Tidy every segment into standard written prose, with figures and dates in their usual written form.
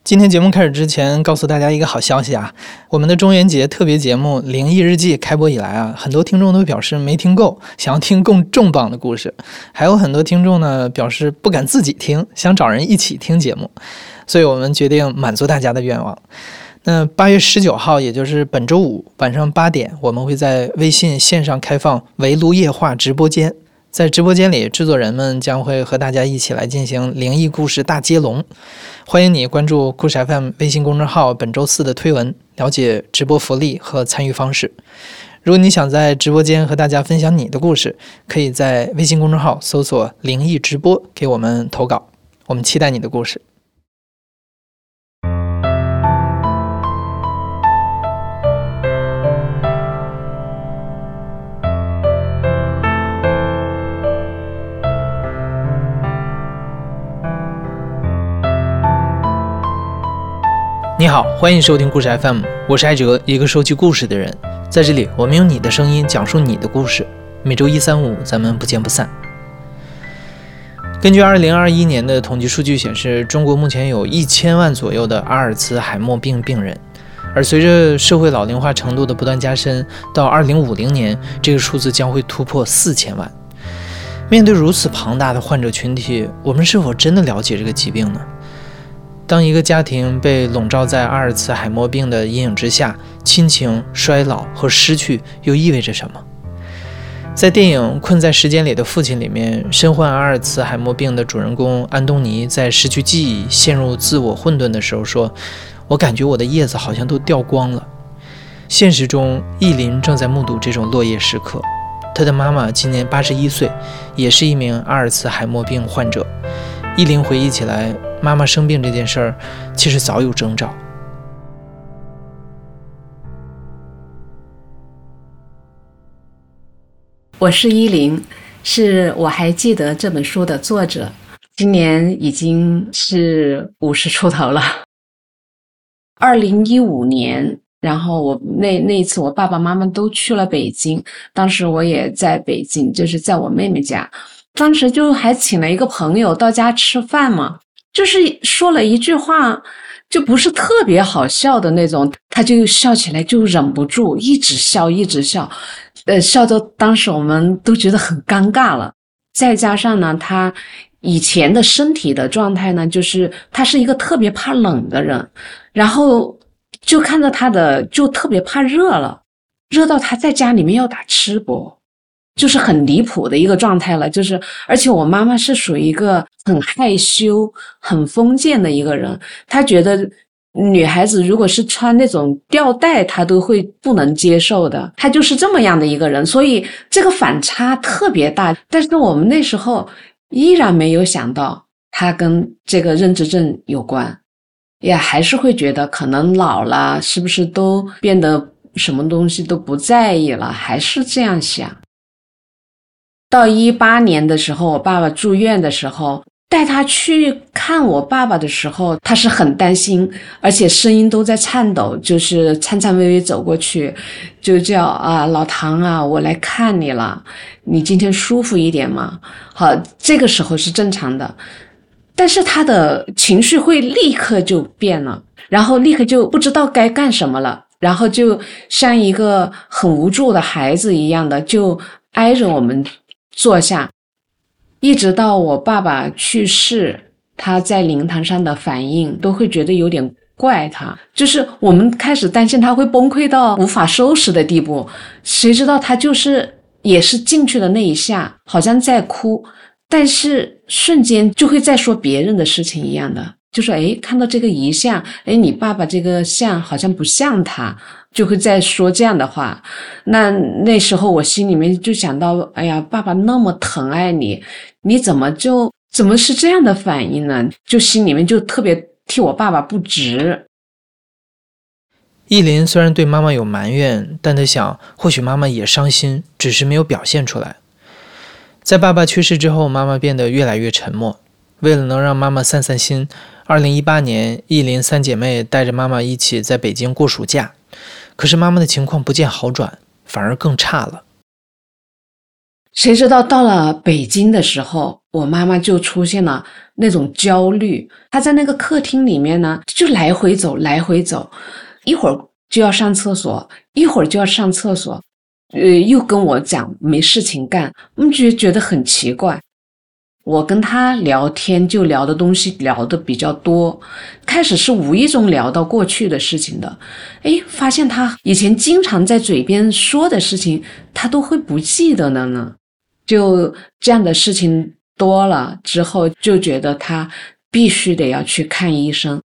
今天节目开始之前，告诉大家一个好消息啊！我们的中元节特别节目《灵异日记》开播以来啊，很多听众都表示没听够，想要听更重磅的故事；还有很多听众呢表示不敢自己听，想找人一起听节目。所以我们决定满足大家的愿望。那8月19号，也就是本周五晚上8点，我们会在微信线上开放围炉夜话直播间。在直播间里，制作人们将会和大家一起来进行灵异故事大接龙。欢迎你关注故事 FM 微信公众号本周4的推文，了解直播福利和参与方式。如果你想在直播间和大家分享你的故事，可以在微信公众号搜索灵异直播给我们投稿，我们期待你的故事。你好，欢迎收听故事 FM， 我是艾哲，一个收集故事的人。在这里，我们用你的声音讲述你的故事。每周1、3、5，咱们不见不散。根据2021年的统计数据显示，中国目前有1000万左右的阿尔茨海默病病人，而随着社会老龄化程度的不断加深，到2050年，这个数字将会突破4000万。面对如此庞大的患者群体，我们是否真的了解这个疾病呢？当一个家庭被笼罩在阿尔茨海默病的阴影之下，亲情、衰老和失去又意味着什么？在电影《困在时间里的父亲》里面，身患阿尔茨海默病的主人公安东尼在失去记忆、陷入自我混沌的时候说：“我感觉我的叶子好像都掉光了。”现实中，意林正在目睹这种落叶时刻。他的妈妈今年81岁，也是一名阿尔茨海默病患者。意林回忆起来，妈妈生病这件事儿其实早有征兆。 我是依林，是我还记得这本书的作者，今年已经是50出头了。2015年，然后我那一次我爸爸妈妈都去了北京，当时我也在北京，就是在我妹妹家。当时就还请了一个朋友到家吃饭嘛，就是说了一句话，就不是特别好笑的那种，他就笑起来就忍不住，一直笑，笑到当时我们都觉得很尴尬了。再加上呢，他以前的身体的状态呢，就是他是一个特别怕冷的人，然后就看到他的就特别怕热了，热到他在家里面要打吃播。就是很离谱的一个状态了，就是而且我妈妈是属于一个很害羞很封建的一个人，她觉得女孩子如果是穿那种吊带她都会不能接受的，她就是这么样的一个人，所以这个反差特别大。但是我们那时候依然没有想到她跟这个认知症有关，也还是会觉得可能老了是不是都变得什么东西都不在意了，还是这样想。到18年的时候，我爸爸住院的时候，带他去看我爸爸的时候，他是很担心，而且声音都在颤抖，就是颤颤巍巍走过去，就叫老唐啊，我来看你了，你今天舒服一点吗？好，这个时候是正常的，但是他的情绪会立刻就变了，然后立刻就不知道该干什么了，然后就像一个很无助的孩子一样的，就挨着我们坐下，一直到我爸爸去世，他在灵堂上的反应都会觉得有点怪他，就是我们开始担心他会崩溃到无法收拾的地步，谁知道他就是也是进去的那一下好像在哭，但是瞬间就会在说别人的事情一样的，就说看到这个遗像，你爸爸这个像好像不像他，就会在说这样的话。那时候我心里面就想到，哎呀，爸爸那么疼爱你，你怎么是这样的反应呢？就心里面就特别替我爸爸不值。 意林虽然对妈妈有埋怨，但他想或许妈妈也伤心，只是没有表现出来。在爸爸去世之后，妈妈变得越来越沉默。为了能让妈妈散散心，2018年意林3姐妹带着妈妈一起在北京过暑假，可是妈妈的情况不见好转，反而更差了。 谁知道到了北京的时候，我妈妈就出现了那种焦虑，她在那个客厅里面呢，就来回走，一会儿就要上厕所，一会儿就要上厕所，又跟我讲没事情干，我们觉得很奇怪。我跟她聊天就聊的东西聊得比较多，开始是无意中聊到过去的事情的，发现她以前经常在嘴边说的事情，她都会不记得了呢。就这样的事情多了之后，就觉得她必须得要去看医生。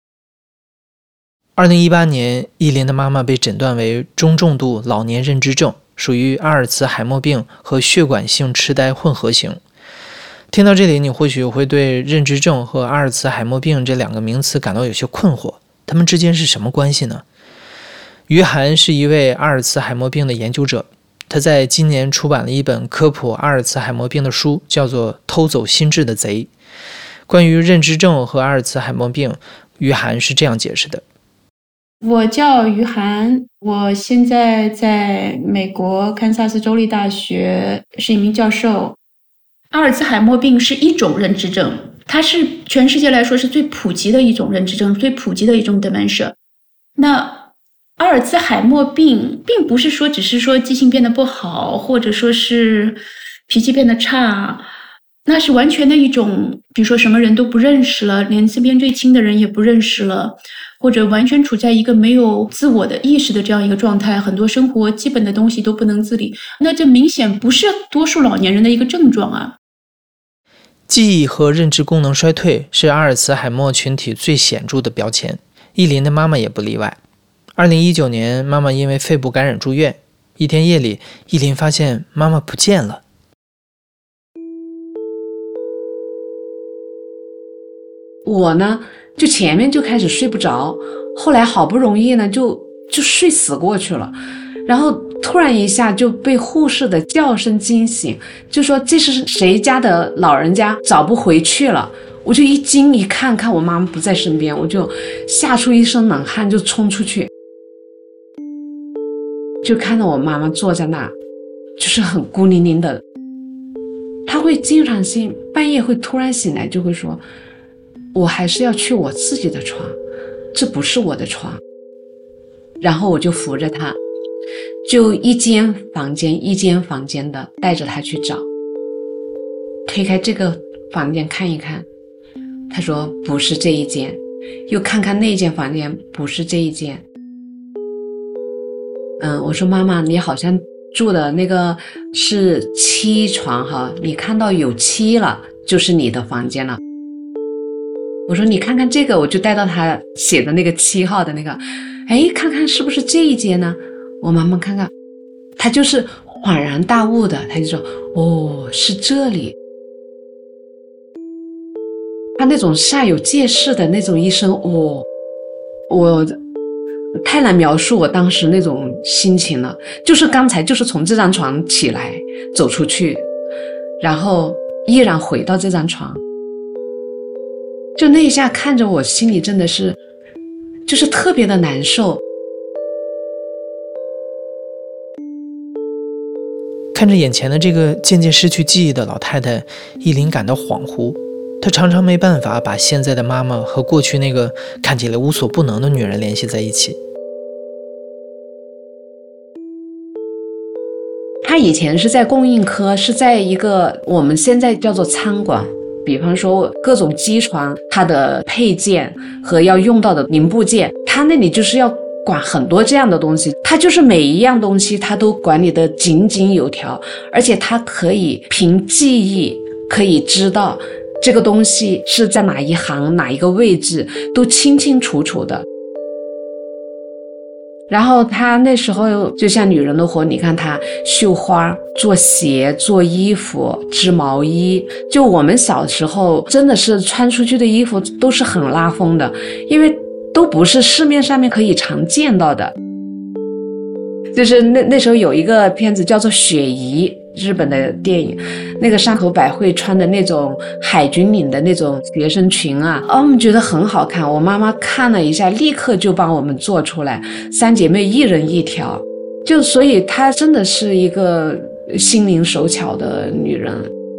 2018年，依林的妈妈被诊断为中重度老年认知症，属于阿尔茨海默病和血管性痴呆混合型。听到这里，你或许会对认知症和阿尔茨海默病这两个名词感到有些困惑，它们之间是什么关系呢？于涵是一位阿尔茨海默病的研究者，他在今年出版了一本科普阿尔茨海默病的书，叫做《偷走心智的贼》。关于认知症和阿尔茨海默病，于涵是这样解释的： 我叫于涵，我现在在美国堪萨斯州立大学是一名教授。阿尔茨海默病是一种认知症，它是全世界来说是最普及的一种认知症，最普及的一种 dementia。那阿尔茨海默病并不是说只是说记性变得不好，或者说是脾气变得差，那是完全的一种，比如说什么人都不认识了，连身边最亲的人也不认识了，或者完全处在一个没有自我的意识的这样一个状态，很多生活基本的东西都不能自理，那这明显不是多数老年人的一个症状啊。 记忆和认知功能衰退是阿尔茨海默群体最显著的标签，依林的妈妈也不例外。2019年，妈妈因为肺部感染住院，一天夜里，依林发现妈妈不见了。 我呢，就前面就开始睡不着，后来好不容易呢，就睡死过去了，然后突然一下就被护士的叫声惊醒，就说这是谁家的老人家找不回去了。我就一惊，一看我妈妈不在身边，我就吓出一身冷汗，就冲出去，就看到我妈妈坐在那，就是很孤零零的。她会经常性半夜会突然醒来，就会说我还是要去我自己的床，这不是我的床。然后我就扶着她，就一间房间的带着她去找，推开这个房间看一看，她说不是这一间，又看看那间房间，不是这一间。我说妈妈，你好像住的那个是7床哈，你看到有7了，就是你的房间了。我说你看看这个，我就带到他写的那个7号的那个，看看是不是这一间呢？我妈妈看看，她就是恍然大悟的，她就说哦，是这里。她那种煞有介事的那种一声哦，我太难描述我当时那种心情了，就是刚才就是从这张床起来走出去，然后依然回到这张床，就那一下看着我心里真的是就是特别的难受。 看着眼前的这个渐渐失去记忆的老太太，依林感到恍惚，她常常没办法把现在的妈妈和过去那个看起来无所不能的女人联系在一起。 她以前是在供应科，是在一个我们现在叫做餐馆，比方说各种机床它的配件和要用到的零部件，它那里就是要管很多这样的东西，它就是每一样东西它都管理得井井有条，而且它可以凭记忆可以知道这个东西是在哪一行哪一个位置，都清清楚楚的。然后他那时候就像女人的活，你看他绣花、做鞋、做衣服、织毛衣，就我们小时候真的是穿出去的衣服都是很拉风的，因为都不是市面上面可以常见到的。就是那时候有一个片子叫做《雪姨》，日本的电影，那个山口百惠穿的那种海军领的那种学生裙啊，我们觉得很好看，我妈妈看了一下，立刻就帮我们做出来，3姐妹一人一条，就所以她真的是一个心灵手巧的女人。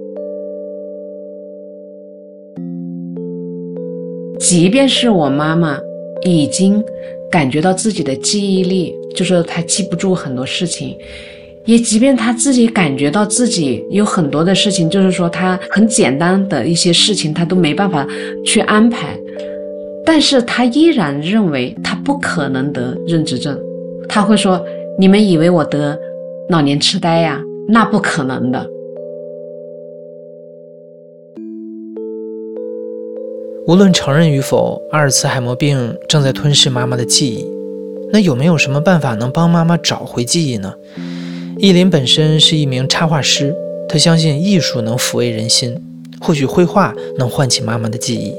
即便是我妈妈已经感觉到自己的记忆力，就是她记不住很多事情，也即便她自己感觉到自己有很多的事情，就是说她很简单的一些事情她都没办法去安排，但是她依然认为她不可能得认知症。她会说，你们以为我得老年痴呆呀？那不可能的。 无论承认与否，阿尔茨海默病正在吞噬妈妈的记忆。那有没有什么办法能帮妈妈找回记忆呢？意林本身是一名插画师，他相信艺术能抚慰人心，或许绘画能唤起妈妈的记忆。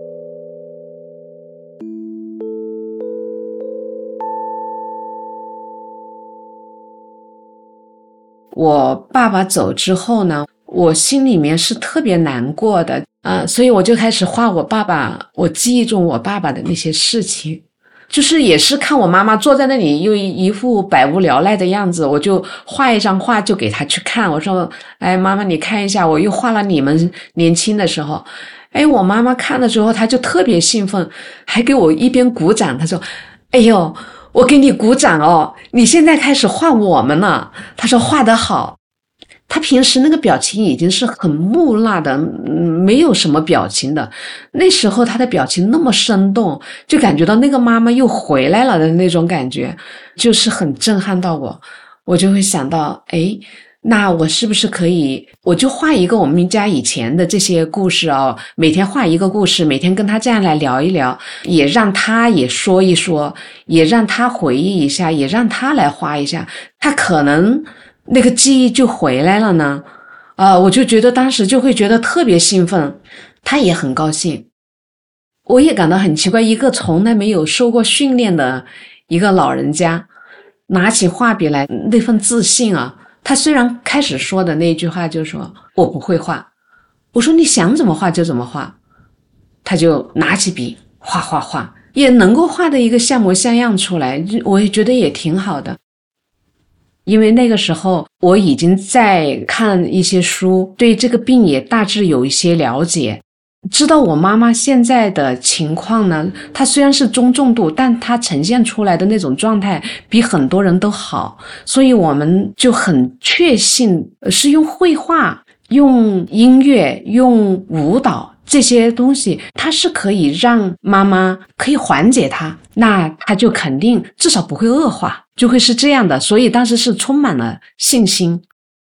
我爸爸走之后呢，我心里面是特别难过的，所以我就开始画我爸爸，我记忆中我爸爸的那些事情，就是也是看我妈妈坐在那里又一副百无聊赖的样子，我就画一张画就给她去看，我说，哎，妈妈你看一下，我又画了你们年轻的时候。哎，我妈妈看了之后，她就特别兴奋，还给我一边鼓掌，她说，哎呦，我给你鼓掌哦，你现在开始画我们了。他说画得好。他平时那个表情已经是很木讷的，没有什么表情的。那时候他的表情那么生动，就感觉到那个妈妈又回来了的那种感觉，就是很震撼到我。我就会想到，哎，那我是不是可以，我就画一个我们家以前的这些故事哦，每天画一个故事，每天跟他这样来聊一聊，也让他也说一说，也让他回忆一下，也让他来画一下，他可能那个记忆就回来了呢。我就觉得当时就会觉得特别兴奋，他也很高兴。我也感到很奇怪，一个从来没有受过训练的一个老人家，拿起画笔来那份自信啊。他虽然开始说的那句话就是说我不会画，我说你想怎么画就怎么画，他就拿起笔画，也能够画的一个像模像样出来，我也觉得也挺好的。因为那个时候我已经在看一些书，对这个病也大致有一些了解，知道我妈妈现在的情况呢，她虽然是中重度，但她呈现出来的那种状态比很多人都好，所以我们就很确信是用绘画、用音乐、用舞蹈这些东西，它是可以让妈妈可以缓解它，那她就肯定至少不会恶化，就会是这样的。所以当时是充满了信心。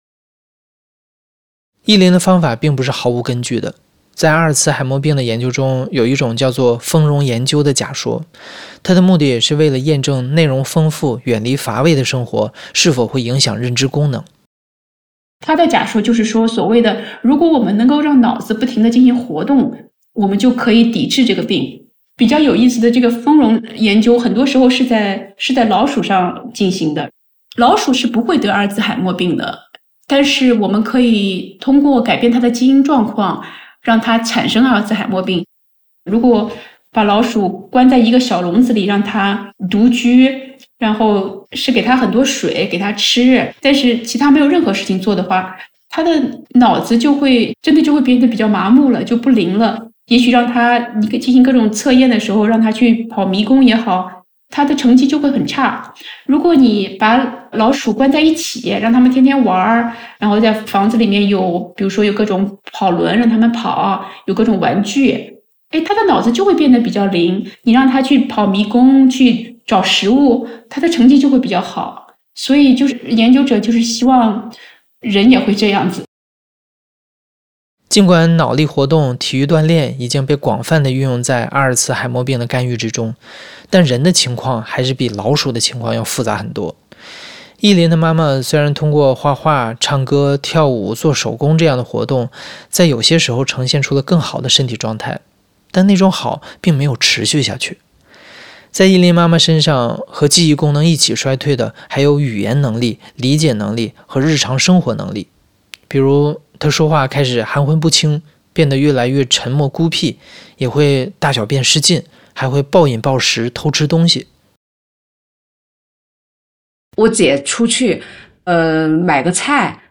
意林的方法并不是毫无根据的。在阿尔茨海默病的研究中，有一种叫做丰容研究的假说，它的目的是为了验证内容丰富、远离乏味的生活是否会影响认知功能。 他的假说就是说，所谓的如果我们能够让脑子不停地进行活动，我们就可以抵制这个病。比较有意思的这个丰容研究，很多时候是在老鼠上进行的。老鼠是不会得阿尔茨海默病的，但是我们可以通过改变它的基因状况，让它产生阿尔茨海默病。如果把老鼠关在一个小笼子里，让它独居，然后是给它很多水，给它吃，但是其他没有任何事情做的话，它的脑子就会变得比较麻木了，就不灵了。也许让它进行各种测验的时候，让它去跑迷宫也好，它的成绩就会很差。如果你把老鼠关在一起，让他们天天玩，然后在房子里面比如说有各种跑轮让他们跑，有各种玩具，他的脑子就会变得比较灵。你让他去跑迷宫，去找食物，他的成绩就会比较好。所以就是研究者就是希望人也会这样子。 尽管脑力活动、体育锻炼已经被广泛的运用在阿尔茨海默病的干预之中，但人的情况还是比老鼠的情况要复杂很多。意林的妈妈虽然通过画画、唱歌、跳舞、做手工这样的活动，在有些时候呈现出了更好的身体状态，但那种好并没有持续下去。在意林妈妈身上，和记忆功能一起衰退的还有语言能力、理解能力和日常生活能力。比如她说话开始含混不清，变得越来越沉默孤僻，也会大小便失禁，还会暴饮暴食、偷吃东西。 我姐出去买个菜，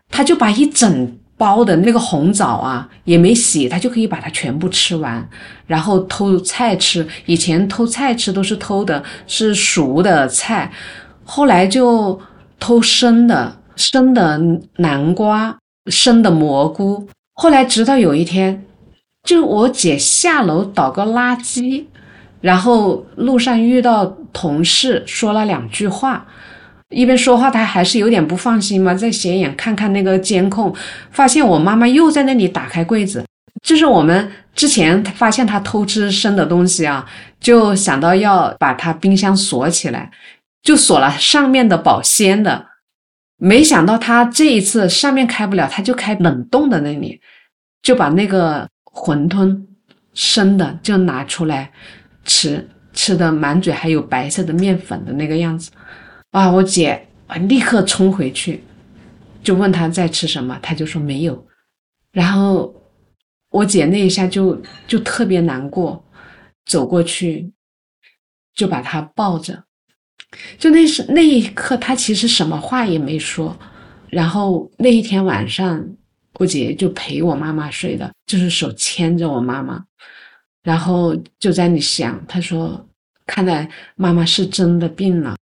他就把一整包的那个红枣啊也没洗，他就可以把它全部吃完，然后偷菜吃。以前偷菜吃都是偷的是熟的菜，后来就偷生的南瓜、生的蘑菇。后来直到有一天，就我姐下楼倒个垃圾，然后路上遇到同事说了2句话，一边说话他还是有点不放心嘛，再斜眼看看那个监控，发现我妈妈又在那里打开柜子。就是我们之前发现她偷吃生的东西啊，就想到要把她冰箱锁起来，就锁了上面的保鲜的，没想到她这一次上面开不了，她就开冷冻的那里，就把那个馄饨生的就拿出来吃的满嘴还有白色的面粉的那个样子。啊，我姐立刻冲回去，就问她在吃什么，她就说没有。然后我姐那一下就特别难过，走过去就把她抱着，就那一刻她其实什么话也没说。然后那一天晚上我姐就陪我妈妈睡的，就是手牵着我妈妈，然后就在那里想，她说看来妈妈是真的病了。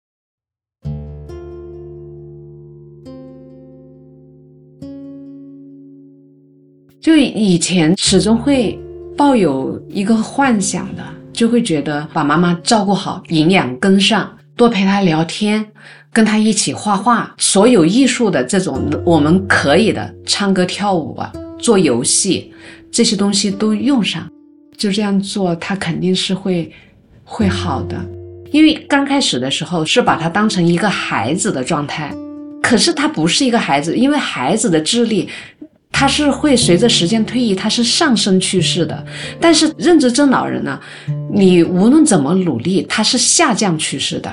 就以前始终会抱有一个幻想的，就会觉得把妈妈照顾好，营养跟上，多陪她聊天，跟她一起画画，所有艺术的这种我们可以的，唱歌跳舞啊，做游戏，这些东西都用上，就这样做她肯定是会好的。因为刚开始的时候是把她当成一个孩子的状态，可是她不是一个孩子，因为孩子的智力它是会随着时间推移，它是上升趋势的。但是认知症老人呢，你无论怎么努力，它是下降趋势的。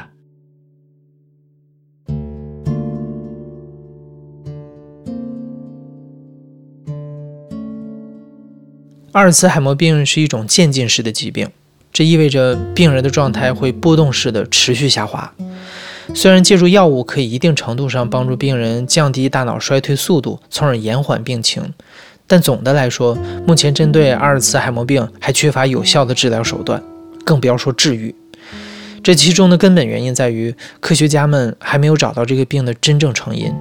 阿尔茨海默病是一种渐进式的疾病，这意味着病人的状态会波动式的持续下滑。虽然借助药物可以一定程度上帮助病人降低大脑衰退速度，从而延缓病情，但总的来说，目前针对阿尔茨海默病还缺乏有效的治疗手段，更不要说治愈。这其中的根本原因在于，科学家们还没有找到这个病的真正成因。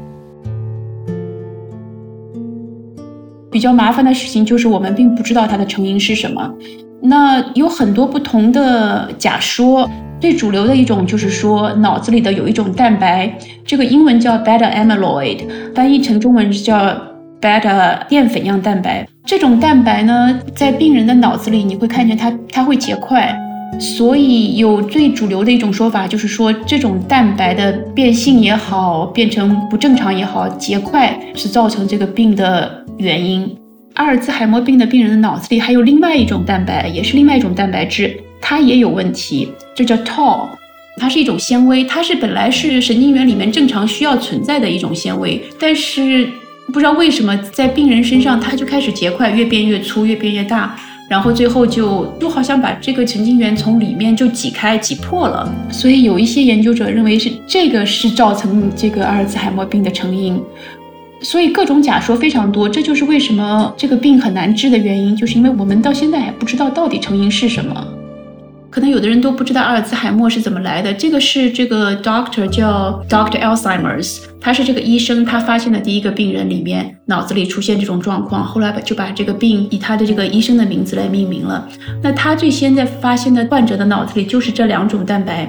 比较麻烦的事情就是我们并不知道它的成因是什么。那有很多不同的假说，最主流的一种就是说脑子里的有一种蛋白，这个英文叫 beta amyloid， 翻译成中文叫 beta 淀粉样蛋白。这种蛋白呢，在病人的脑子里你会看见它会结块，所以有最主流的一种说法就是说，这种蛋白的变性也好，变成不正常也好，结块是造成这个病的原因。阿尔茨海默病的病人的脑子里还有另外一种蛋白，也是另外一种蛋白质，它也有问题，这叫 tau， 它是一种纤维，它是本来是神经元里面正常需要存在的一种纤维，但是不知道为什么在病人身上它就开始结块，越变越粗，越变越大，然后最后就好像把这个神经元从里面就挤破了。所以有一些研究者认为这个是造成这个阿尔茨海默病的成因。所以各种假说非常多，这就是为什么这个病很难治的原因，就是因为我们到现在还不知道到底成因是什么。可能有的人都不知道阿尔茨海默是怎么来的，这个是这个 doctor 叫 Dr. Alzheimer's， 他是这个医生，他发现的第一个病人里面脑子里出现这种状况，后来就把这个病以他的这个医生的名字来命名了。那他最先在发现的患者的脑子里就是这2种蛋白。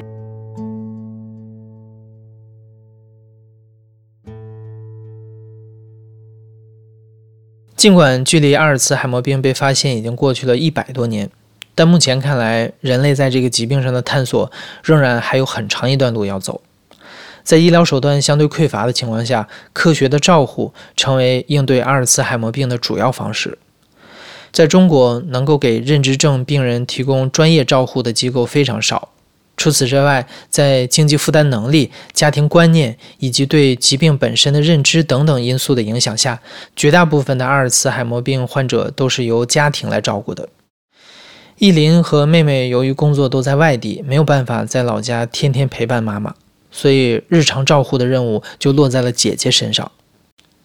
尽管距离阿尔茨海默病被发现已经过去了100多年，但目前看来，人类在这个疾病上的探索仍然还有很长一段路要走。在医疗手段相对匮乏的情况下，科学的照护成为应对阿尔茨海默病的主要方式。在中国，能够给认知症病人提供专业照护的机构非常少。除此之外，在经济负担能力、家庭观念以及对疾病本身的认知等等因素的影响下，绝大部分的阿尔茨海默病患者都是由家庭来照顾的。意林和妹妹由于工作都在外地，没有办法在老家天天陪伴妈妈，所以日常照护的任务就落在了姐姐身上。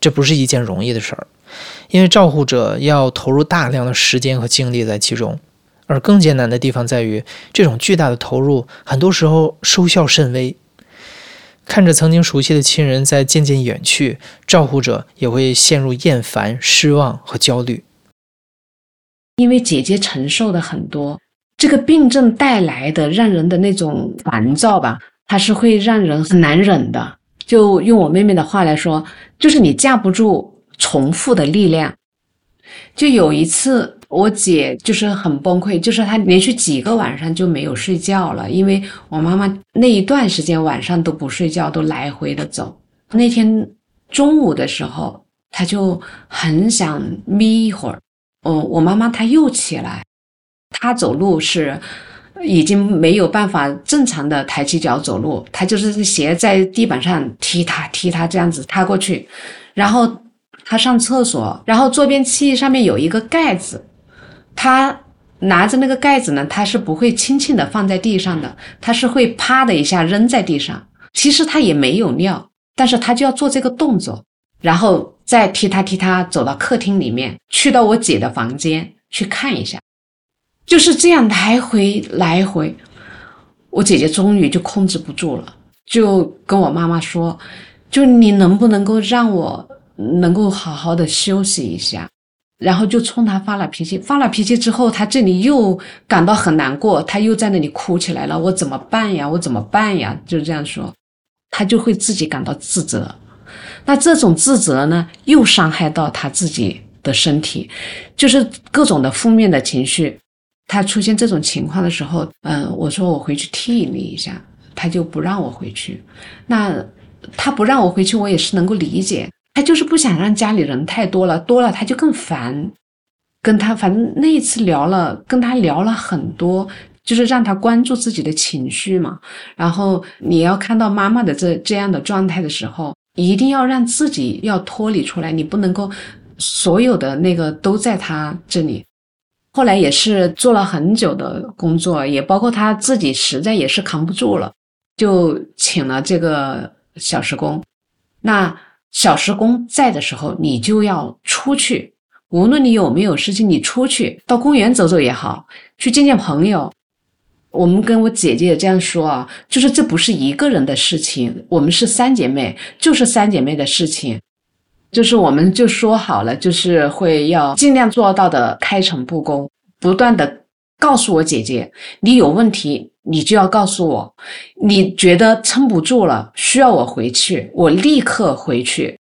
这不是一件容易的事儿，因为照护者要投入大量的时间和精力在其中，而更艰难的地方在于，这种巨大的投入很多时候收效甚微。看着曾经熟悉的亲人在渐渐远去，照护者也会陷入厌烦、失望和焦虑。 因为姐姐承受的很多，这个病症带来的让人的那种烦躁吧，它是会让人很难忍的。就用我妹妹的话来说，就是你架不住重复的力量。就有一次我姐就是很崩溃，就是她连续几个晚上就没有睡觉了，因为我妈妈那一段时间晚上都不睡觉，都来回的走。那天中午的时候，她就很想眯一会儿。我妈妈她又起来，她走路是已经没有办法正常的抬起脚走路，她就是鞋在地板上踢踏踢踏这样子踏过去，然后她上厕所，然后坐便器上面有一个盖子，她拿着那个盖子呢，她是不会轻轻的放在地上的，她是会啪的一下扔在地上。其实她也没有尿，但是她就要做这个动作，然后再踢踏踢踏走到客厅里面，去到我姐的房间去看一下，就是这样来回来回。我姐姐终于就控制不住了，就跟我妈妈说，就你能不能够让我能够好好的休息一下。然后就冲她发了脾气，发了脾气之后，她这里又感到很难过，她又在那里哭起来了，我怎么办呀，我怎么办呀，就这样说。她就会自己感到自责，那这种自责呢，又伤害到她自己的身体，就是各种的负面的情绪。她出现这种情况的时候，我说我回去替你一下，她就不让我回去。那她不让我回去，我也是能够理解，她就是不想让家里人太多了，多了她就更烦。跟她反正那一次跟她聊了很多，就是让她关注自己的情绪嘛。然后你要看到妈妈的这样的状态的时候，一定要让自己要脱离出来，你不能够所有的那个都在她这里。后来也是做了很久的工作，也包括她自己实在也是扛不住了，就请了这个小时工。那小时工在的时候，你就要出去，无论你有没有事情，你出去到公园走走也好，去见见朋友。我们跟我姐姐也这样说啊，就是这不是一个人的事情，我们是3姐妹，就是3姐妹的事情，就是我们就说好了，就是会要尽量做到的开诚布公，不断的告诉我姐姐，你有问题你就要告诉我，你觉得撑不住了需要我回去，我立刻回去。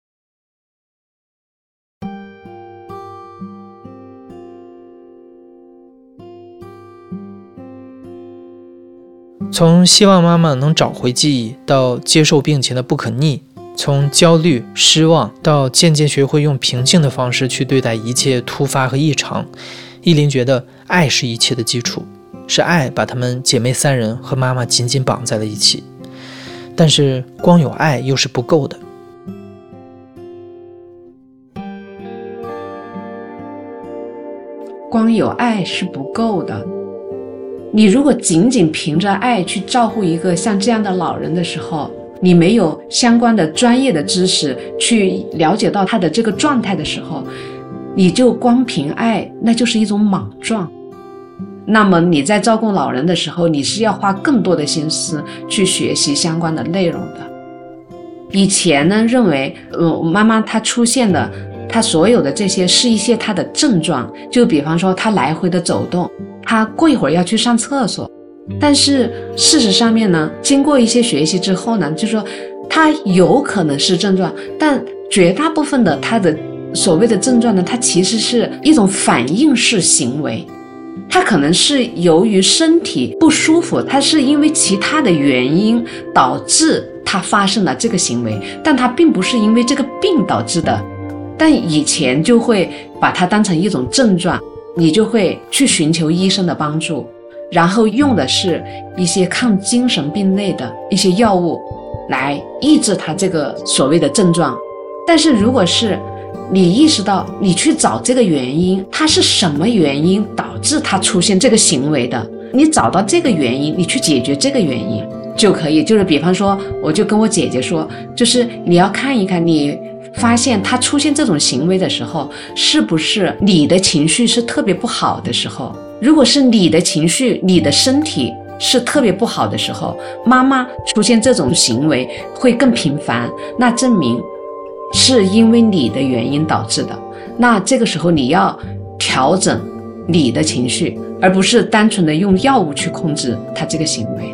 从希望妈妈能找回记忆到接受病情的不可逆，从焦虑失望到渐渐学会用平静的方式去对待一切突发和异常，依林觉得爱是一切的基础，是爱把她们姐妹3人和妈妈紧紧绑在了一起。但是光有爱又是不够的， 光有爱是不够的。你如果仅仅凭着爱去照顾一个像这样的老人的时候，你没有相关的专业的知识去了解到他的这个状态的时候，你就光凭爱，那就是一种莽撞。那么你在照顾老人的时候，你是要花更多的心思去学习相关的内容的。以前呢，认为妈妈她出现的她所有的这些是一些她的症状，就比方说她来回的走动，她过一会儿要去上厕所。但是事实上面呢，经过一些学习之后呢，就是说它有可能是症状，但绝大部分的它的所谓的症状呢，它其实是一种反应式行为。它可能是由于身体不舒服，它是因为其他的原因导致它发生了这个行为，但它并不是因为这个病导致的。但以前就会把它当成一种症状，你就会去寻求医生的帮助，然后用的是一些抗精神病类的一些药物来抑制它这个所谓的症状。但是如果是你意识到你去找这个原因，它是什么原因导致它出现这个行为的，你找到这个原因，你去解决这个原因就可以。就是比方说，我就跟我姐姐说，就是你要看一看你发现他出现这种行为的时候，是不是你的情绪是特别不好的时候？如果是你的情绪，你的身体是特别不好的时候，妈妈出现这种行为会更频繁，那证明是因为你的原因导致的。那这个时候你要调整你的情绪，而不是单纯的用药物去控制他这个行为。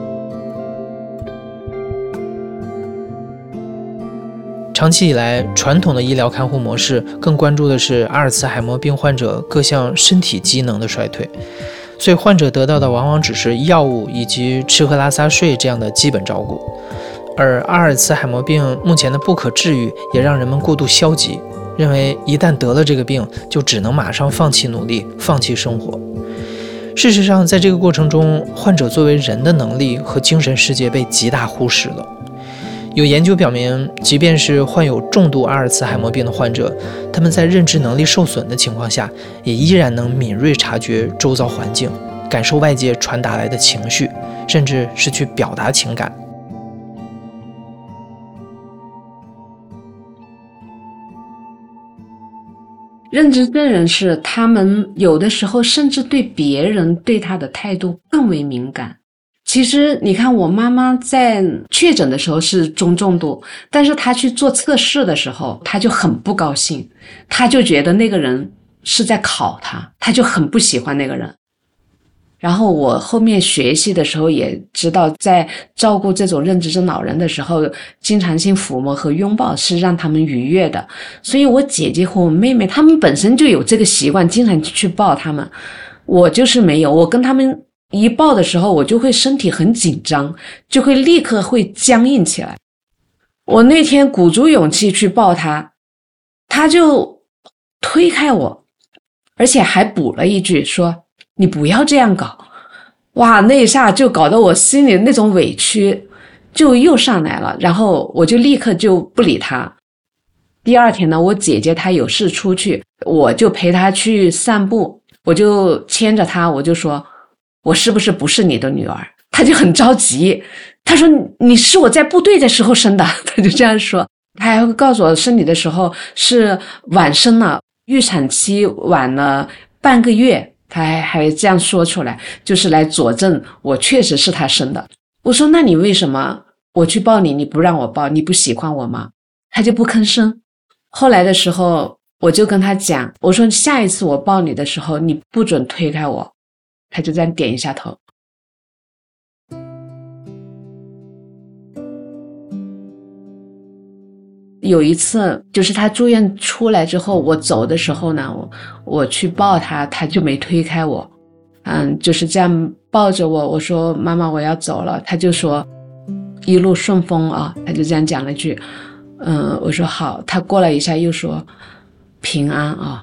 长期以来，传统的医疗看护模式更关注的是阿尔茨海默病患者各项身体机能的衰退，所以患者得到的往往只是药物以及吃喝拉撒睡这样的基本照顾。而阿尔茨海默病目前的不可治愈，也让人们过度消极，认为一旦得了这个病，就只能马上放弃努力，放弃生活。事实上，在这个过程中，患者作为人的能力和精神世界被极大忽视了。有研究表明，即便是患有重度阿尔茨海默病的患者，他们在认知能力受损的情况下，也依然能敏锐察觉周遭环境，感受外界传达来的情绪，甚至是去表达情感。 认知症人士，他们有的时候甚至对别人对他的态度更为敏感。其实你看，我妈妈在确诊的时候是中重度，但是她去做测试的时候，她就很不高兴，她就觉得那个人是在考她，她就很不喜欢那个人。然后我后面学习的时候也知道，在照顾这种认知症老人的时候，经常性抚摸和拥抱是让他们愉悦的。所以我姐姐和我妹妹她们本身就有这个习惯，经常去抱他们。我就是没有，我跟他们一抱的时候，我就会身体很紧张，就会立刻会僵硬起来。我那天鼓足勇气去抱他，他就推开我，而且还补了一句说：“你不要这样搞。”哇，那一下就搞得我心里那种委屈就又上来了，然后我就立刻就不理他。第二天呢，我姐姐她有事出去，我就陪她去散步，我就牵着她，我就说：“我是不是你的女儿？”她就很着急，她说：“你是我在部队的时候生的。”她就这样说。她还会告诉我生你的时候是晚生了，预产期晚了半个月。她还这样说出来，就是来佐证我确实是她生的。我说：“那你为什么我去抱你，你不让我抱，你不喜欢我吗？”她就不吭声。后来的时候我就跟她讲，我说：“下一次我抱你的时候，你不准推开我。”他就这样点一下头。有一次就是他住院出来之后，我走的时候呢，我去抱他，他就没推开我，就是这样抱着我。我说：“妈妈，我要走了。”他就说：“一路顺风啊。”他就这样讲了句。我说好。他过了一下又说：“平安啊。”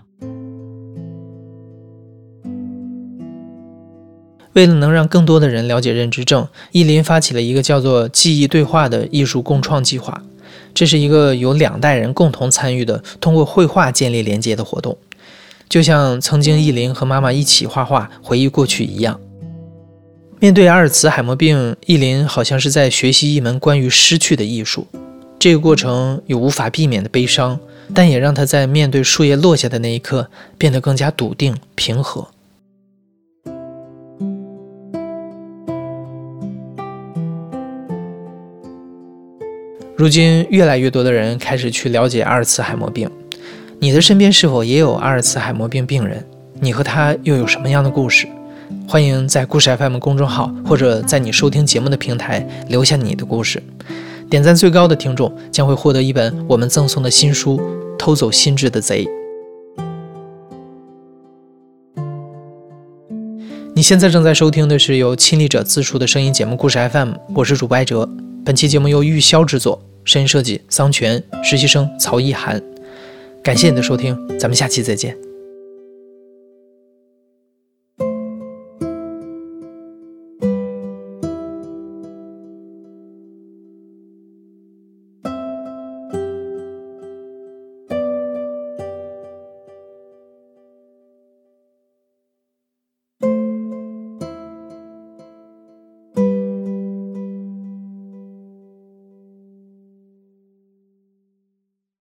为了能让更多的人了解认知症，意林发起了一个叫做记忆对话的艺术共创计划。这是一个由2代人共同参与的，通过绘画建立连接的活动，就像曾经意林和妈妈一起画画回忆过去一样。面对阿尔茨海默病，意林好像是在学习一门关于失去的艺术。这个过程有无法避免的悲伤，但也让他在面对树叶落下的那一刻变得更加笃定平和。如今越来越多的人开始去了解阿尔茨海默病，你的身边是否也有阿尔茨海默病病人？你和他又有什么样的故事？欢迎在故事 FM 公众号或者在你收听节目的平台留下你的故事。点赞最高的听众将会获得一本我们赠送的新书《偷走心智的贼》。你现在正在收听的是由亲历者自述的声音节目故事 FM， 我是主播艾哲。本期节目由玉箫制作，声音设计桑泉，实习生曹一涵。感谢你的收听，咱们下期再见。